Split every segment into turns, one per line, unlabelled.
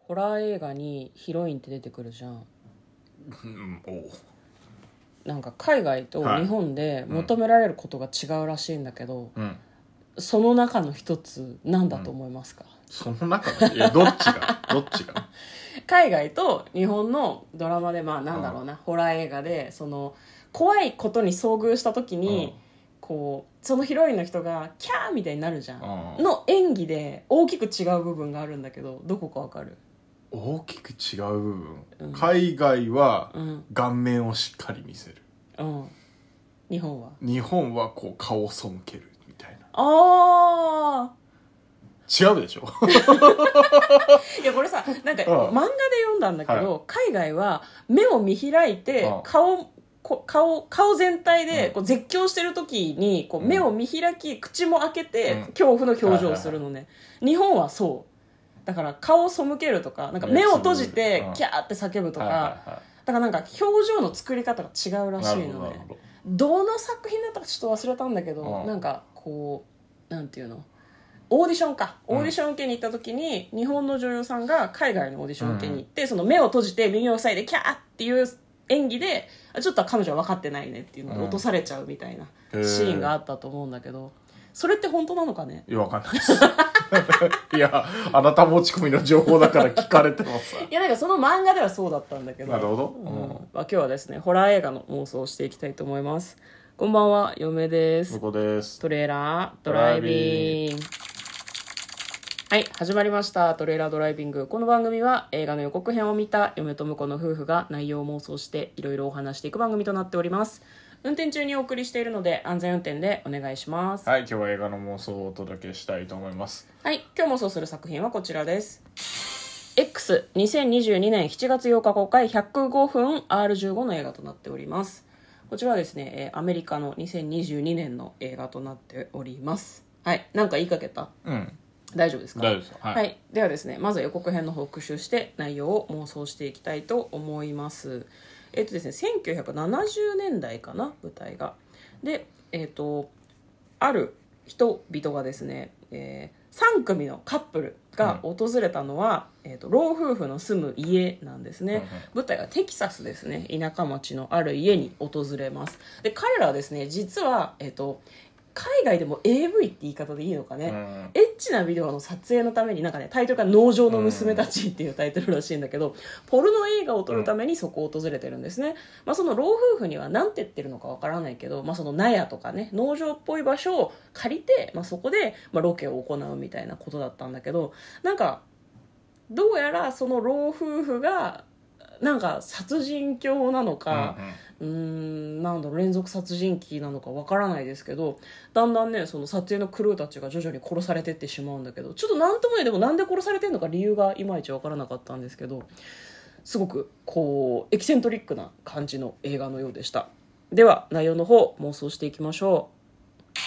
ホラー映画にヒロインって出てくるじゃん。なんか海外と日本で求められることが違うらしいんだけど、その中の一つ何だと思いますか？
その中のどっちが
海外と日本のドラマでなんだろうな、ホラー映画でその怖いことに遭遇した時に、こうそのヒロインの人がキャーみたいになるじゃん、の演技で大きく違う部分があるんだけど、どこかわかる？
大きく違う部分、海外は顔面をしっかり見せる、
日本は
こう顔を背けるみたいな。違うでしょ
いやこれさ、なんか漫画で読んだんだけど、海外は目を見開いて顔全体でこう絶叫してる時にこう目を見開き口も開けて恐怖の表情をするのね。日本はそうだから顔を背けるとか、なんか目を閉じてキャーって叫ぶとか、だからなんか表情の作り方が違うらしいのね。どの作品だったかちょっと忘れたんだけど、なんかこうなんていうの、オーディション受けに行った時に日本の女優さんが海外のオーディション受けに行って、その目を閉じて耳を塞いでキャーっていう演技でちょっと彼女は分かってないねっていうので落とされちゃうみたいなシーンがあったと思うんだけど、それって本当なのかね？
いや、わかんないですいや、あなた持ち込みの情報だから聞かれてます
いや、なんかその漫画ではそうだったんだけど。
なるほど、
今日はですね、ホラー映画の妄想をしていきたいと思います。こんばんは、嫁です。
向こうです。
トレーラードライビング。はい、始まりました。トレーラードライビング。この番組は映画の予告編を見た嫁と婿の夫婦が内容を妄想していろいろお話していく番組となっております。運転中にお送りしているので安全運転でお願いします。
はい、今日は映画の妄想をお届けしたいと思います。
はい、今日妄想する作品はこちらです。X 2022年7月8日公開105分 R15 の映画となっております。こちらはですね、アメリカの2022年の映画となっております。はい、なんか言いかけた？大丈夫ですか？
大丈夫です。
はい、ではですね、まずは予告編の方を復習して内容を妄想していきたいと思います。ですね、1970年代かな、舞台が。で、ある人々がですね、3組のカップルが訪れたのは、老夫婦の住む家なんですね。舞台はテキサスですね。田舎町のある家に訪れます。で、彼らはですね、実は、海外でも AV って言い方でいいのかね、エッチなビデオの撮影のためになんかね、タイトルが農場の娘たちっていうタイトルらしいんだけど、ポルノ映画を撮るためにそこを訪れてるんですね。その老夫婦には何て言ってるのかわからないけど、その納屋とかね、農場っぽい場所を借りて、そこで、ロケを行うみたいなことだったんだけど、なんかどうやらその老夫婦がなんか殺人狂なのか、なんだろう、連続殺人鬼なのかわからないですけど、だんだんね、その撮影のクルーたちが徐々に殺されてってしまうんだけど、ちょっとなんともね、でもなんで殺されてんのか理由がいまいちわからなかったんですけど、すごくこうエキセントリックな感じの映画のようでした。では内容の方妄想していきましょう。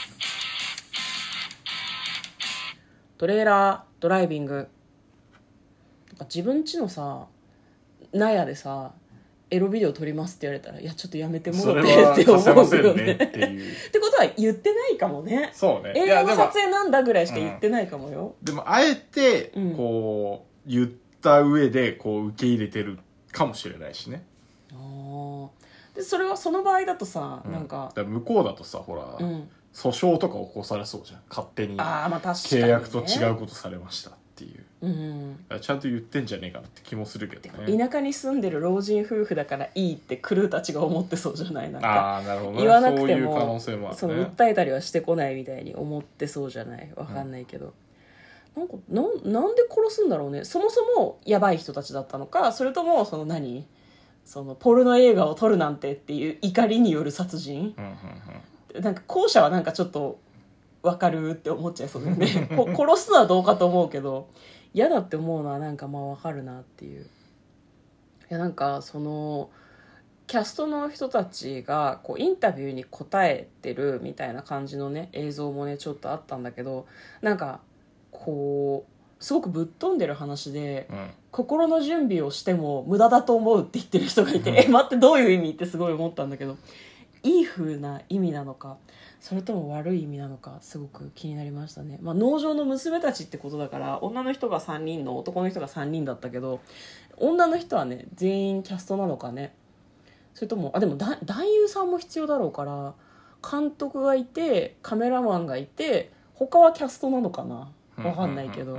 トレーラードライビング。なんか自分家のさ納屋でさエロビデオ撮りますって言われたら、いやちょっとやめてもらってって思うよねっていうってことは言ってないかもね。
そうね、
映画の撮影なんだぐらいしか言ってないかもよ。
でもあえてこう、言った上でこう受け入れてるかもしれないしね。
でそれはその場合だとさ、なんか
だから向こうだとさ、ほら、訴訟とか起こされそうじゃん。勝手に契約と違うことされましたっていう、ちゃんと言ってんじゃねえかなって気もするけどね。
田舎に住んでる老人夫婦だからいいってクルーたちが思ってそうじゃない？なんか
なるほど、ね、
言わなくても
そういう可能性もあるね。
その訴えたりはしてこないみたいに思ってそうじゃない？わかんないけど、なんで殺すんだろうね。そもそもやばい人たちだったのか、それともそのポルノ映画を撮るなんてっていう怒りによる殺人、なんか後者はなんかちょっと分かるって思っちゃいそうだよね殺すのはどうかと思うけど、嫌だって思うのはなんか分かるなっていう。いやなんかそのキャストの人たちがこうインタビューに答えてるみたいな感じのね映像もねちょっとあったんだけど、なんかこうすごくぶっ飛んでる話で、心の準備をしても無駄だと思うって言ってる人がいて待ってどういう意味ってすごい思ったんだけど、 いい風な意味なのか、それとも悪い意味なのか、すごく気になりましたね。まあ、農場の娘たちってことだから、女の人が3人の男の人が3人だったけど、女の人はね全員キャストなのかね。それともでも男優さんも必要だろうから、監督がいてカメラマンがいて他はキャストなのかな、わかんないけど、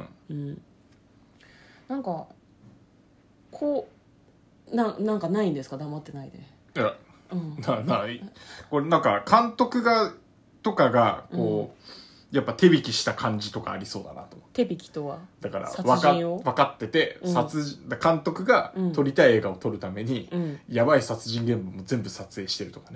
なんかこうなんかないんですか、黙ってないで。
いや、これなんか監督がとかがこう、やっぱ手引きした感じとかありそうだなと思って。
手引きとは
だから
殺人を
分かってて、監督が撮りたい映画を撮るために、やばい殺人現場も全部撮影してるとかね。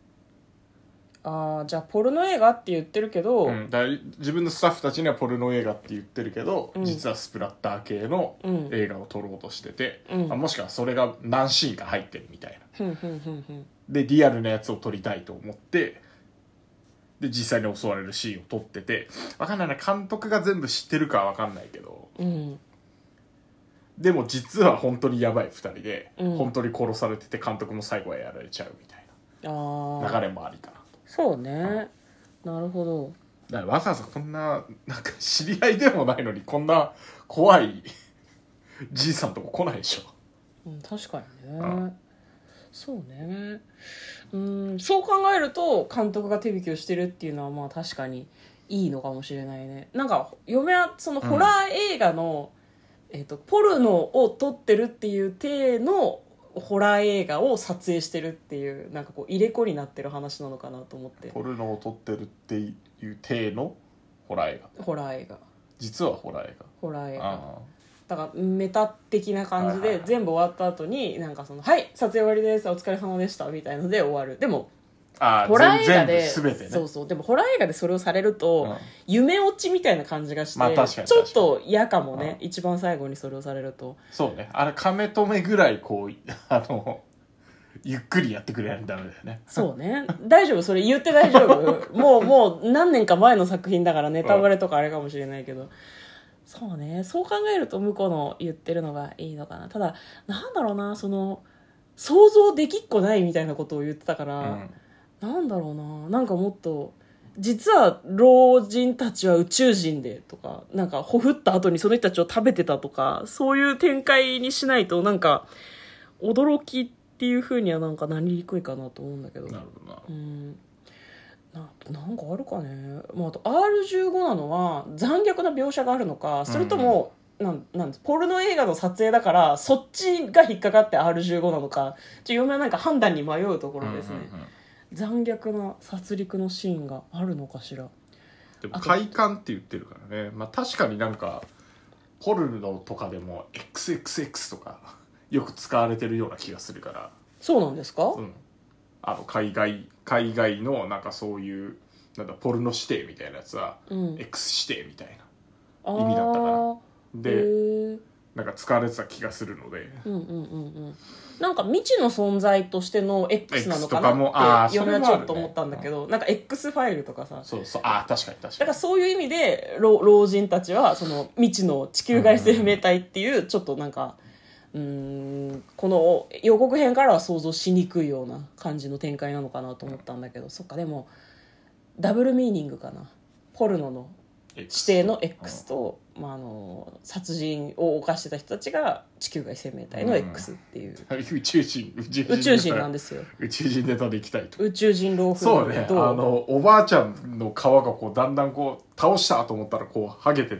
じゃあポルノ映画って言ってるけど、
自分のスタッフたちにはポルノ映画って言ってるけど、実はスプラッター系の映画を撮ろうとしてて、もしくはそれが何シーンか入ってるみたいな、でリアルなやつを撮りたいと思って、で実際に襲われるシーンを撮ってて、分かんないな、監督が全部知ってるかは分かんないけど、でも実は本当にやばい2人で、本当に殺されてて監督も最後はやられちゃうみたいな流れもありかな。
そうね、なるほど。
だからわざわざこんな、なんか知り合いでもないのにこんな怖いじいさんとこ来ないでしょ。
確かにね、そうね。そう考えると監督が手引きをしてるっていうのはまあ確かにいいのかもしれないね。なんか嫁はそのホラー映画の、ポルノを撮ってるっていう体のホラー映画を撮影してるっていう、なんかこう入れ子になってる話なのかなと思って。
ポルノを撮ってるっていう体のホラー映画、実はホラー映画
だからメタ的な感じで全部終わった後になんかはい撮影終わりです、お疲れ様でしたみたいので終わる。でもホラー映画で
全部全てね、
そうでもホラー映画でそれをされると、夢落ちみたいな感じがして、
ち
ょっと嫌かもね、一番最後にそれをされると。
そうね、あれ亀止めぐらいこうゆっくりやってくれないとダメだよね。
そうね、大丈夫、それ言って大丈夫もう何年か前の作品だからネタバレとかあれかもしれないけど、そうね、そう考えると向こうの言ってるのがいいのかな。ただなんだろうな、その想像できっこないみたいなことを言ってたから、なんだろうな、なんかもっと実は老人たちは宇宙人でとか、なんかほふった後にその人たちを食べてたとか、そういう展開にしないとなんか驚きっていう風にはなんかなりにくいかなと思うんだけど。
なるほどな。
なんかあるかね。あと R15 なのは残虐な描写があるのか、それとも、ポルノ映画の撮影だからそっちが引っかかって R15 なのか、嫁はなんか判断に迷うところですね。残虐な殺戮のシーンがあるのかしら。
でも快感って言ってるからね。確かになんかポルノとかでも XXX とかよく使われてるような気がするから。
そうなんですか？
海外のなんかそういうなんだポルノ指定みたいなやつは、X 指定みたいな意味だったからで、なんか使われてた気がするので、
なんか未知の存在としての X なのかなって嫁はちょっと思ったんだけど、なんか X ファイルとかさ、
そう確かにだ
からそういう意味で老人たちはその未知の地球外生命体っていうちょっとなんかこの予告編からは想像しにくいような感じの展開なのかなと思ったんだけど、そっか、でもダブルミーニングかな。ポルノの指定の X と、殺人を犯してた人たちが地球外生命体の X っていう、
宇宙人
なんですよ。
宇宙人ネタでいきたいと。
宇宙人老夫婦
そうね、おばあちゃんの皮がこうだんだんこう倒したと思ったらこう剥げてって、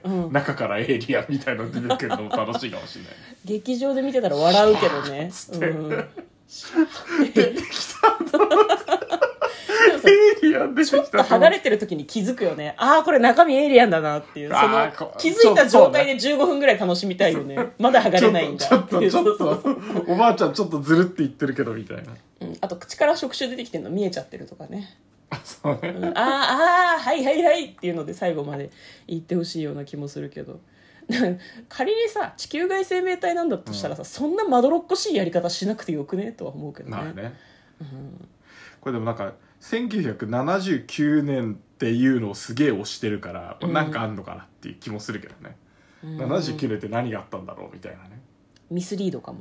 中からエイリアンみたいなの出てくるのも楽しいかもしれない。
劇場で見てたら笑うけどね。
出てきたんだエイリアン出てきた。
ちょっと剥がれてる時に気づくよね。これ中身エイリアンだなっていう。その気づいた状態で15分ぐらい楽しみたいよね。まだ剥がれないんだっていう。
ちょっとおばあちゃんちょっとずるって言ってるけどみたいな。
あと口から触手出てきてるの見えちゃってるとかね。
そうね。
はいはいはいっていうので最後まで言ってほしいような気もするけど。仮にさ地球外生命体なんだとしたらさ、そんなまどろっこしいやり方しなくてよくねとは思うけどね。
これでもなんか1979年っていうのをすげえ推してるから、なんかあんのかなっていう気もするけどね。79年って何があったんだろうみたいなね。
ミスリードかもよ。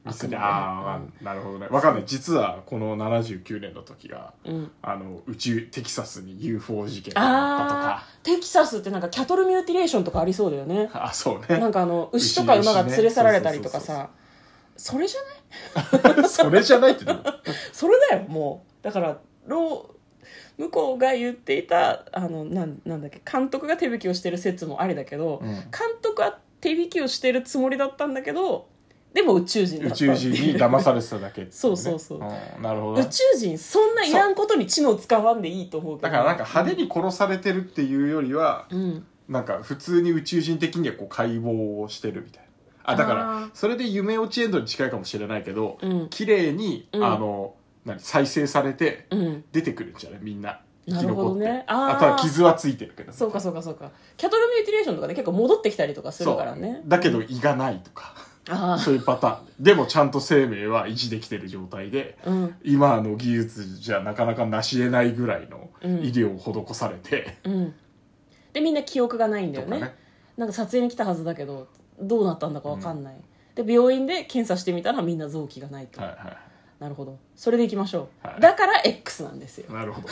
ミスで、
あ
なるほどね。わかんない。実はこの79年の時が、テキサスに UFO 事件があったとか。
テキサスってなんかキャトルミューティレーションとかありそうだよね。
そうね。
なんか牛とか馬が連れ去られたりとかさ、それじゃない
それじゃないって言うの
それだよ、もう。だから、向こうが言っていた、なんだっけ、監督が手引きをしてる説もありだけど、監督は手引きをしてるつもりだったんだけど、でも宇宙人だった。
宇宙人に騙されてただけ、ね、
そうそうそう。
なるほど、
宇宙人、そんないらんことに知能使わんでいいと思うけど。
だからなんか派手に殺されてるっていうよりは、なんか普通に宇宙人的にはこう解剖をしてるみたいな。だからそれで夢落ちエンドに近いかもしれないけど、綺麗に再生されて出てくるんじゃない、みんな生き残って、ね、あとは傷はついてるけど、
そうかキャトルミューティレーションとかで結構戻ってきたりとかするからね。
だけど胃がないとか、そういうパターンでもちゃんと生命は維持できてる状態で、今の技術じゃなかなか成し得ないぐらいの医療を施されて、
でみんな記憶がないんだよ ね。なんか撮影に来たはずだけどどうなったんだか分かんない、で病院で検査してみたらみんな臓器がないと、なるほど、それでいきましょう、だから X なんですよ。
なるほど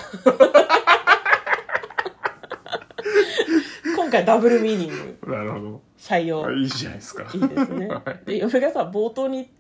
今回ダブルミーニング、
なるほど、
採用、
いいじゃないですか。
いいですねで嫁がさ冒頭に言った、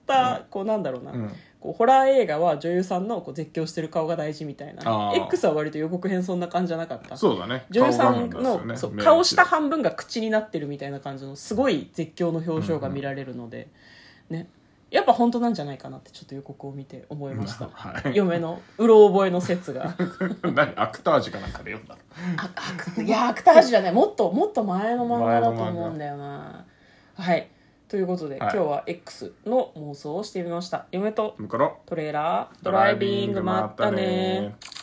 こうなんだろうな、こうホラー映画は女優さんのこう絶叫してる顔が大事みたいな。 X は割と予告編そんな感じじゃなかった？
そうだね、
女優さんのそう顔下半分が口になってるみたいな感じのすごい絶叫の表情が見られるので、ね、やっぱ本当なんじゃないかなってちょっと予告を見て思いました、嫁のうろ覚えの説が
何、アクタージュかなんかで読んだ
の？いやアクタージュじゃない、もっと前の漫画だと思うんだよな。はい、ということで、今日は X の妄想をしてみました。嫁とトレーラードライビング、まったね。